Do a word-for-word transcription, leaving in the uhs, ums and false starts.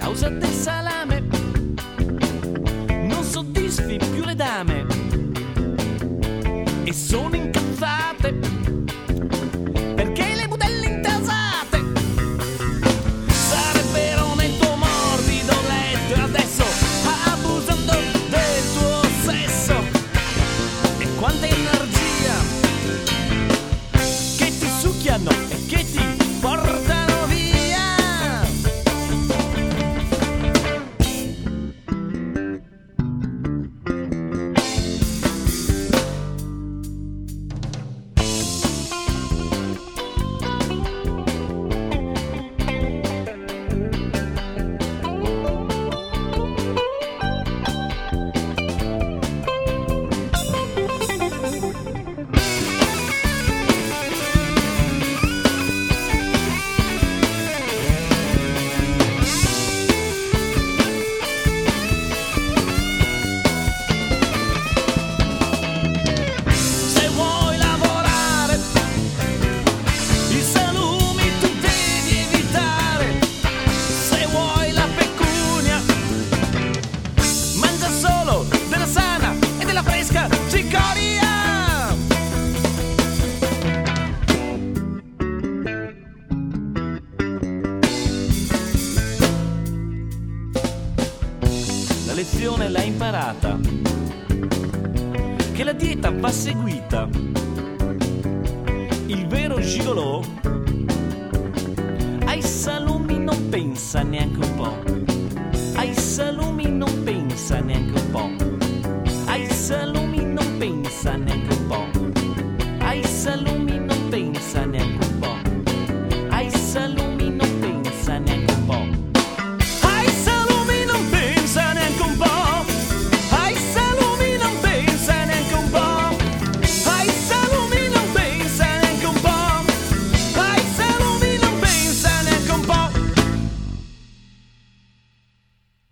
causa del salame non soddisfi più le dame e sono incazzate perché le budelle intasate sarebbero nel tuo morbido letto e adesso abusando del tuo sesso. E quanta energia che ti succhiano e che ti portano via. Se vuoi lavorare, i salumi tu devi evitare. Se vuoi la pecunia, mangia solo della sana e della fresca cicoria. La lezione l'hai imparata, che la dieta va seguita. Il vero gigolò ai salumi non pensa neanche un po'. Ai salumi non pensa neanche un po'. Ai salumi non pensa neanche un po'. Ai salumi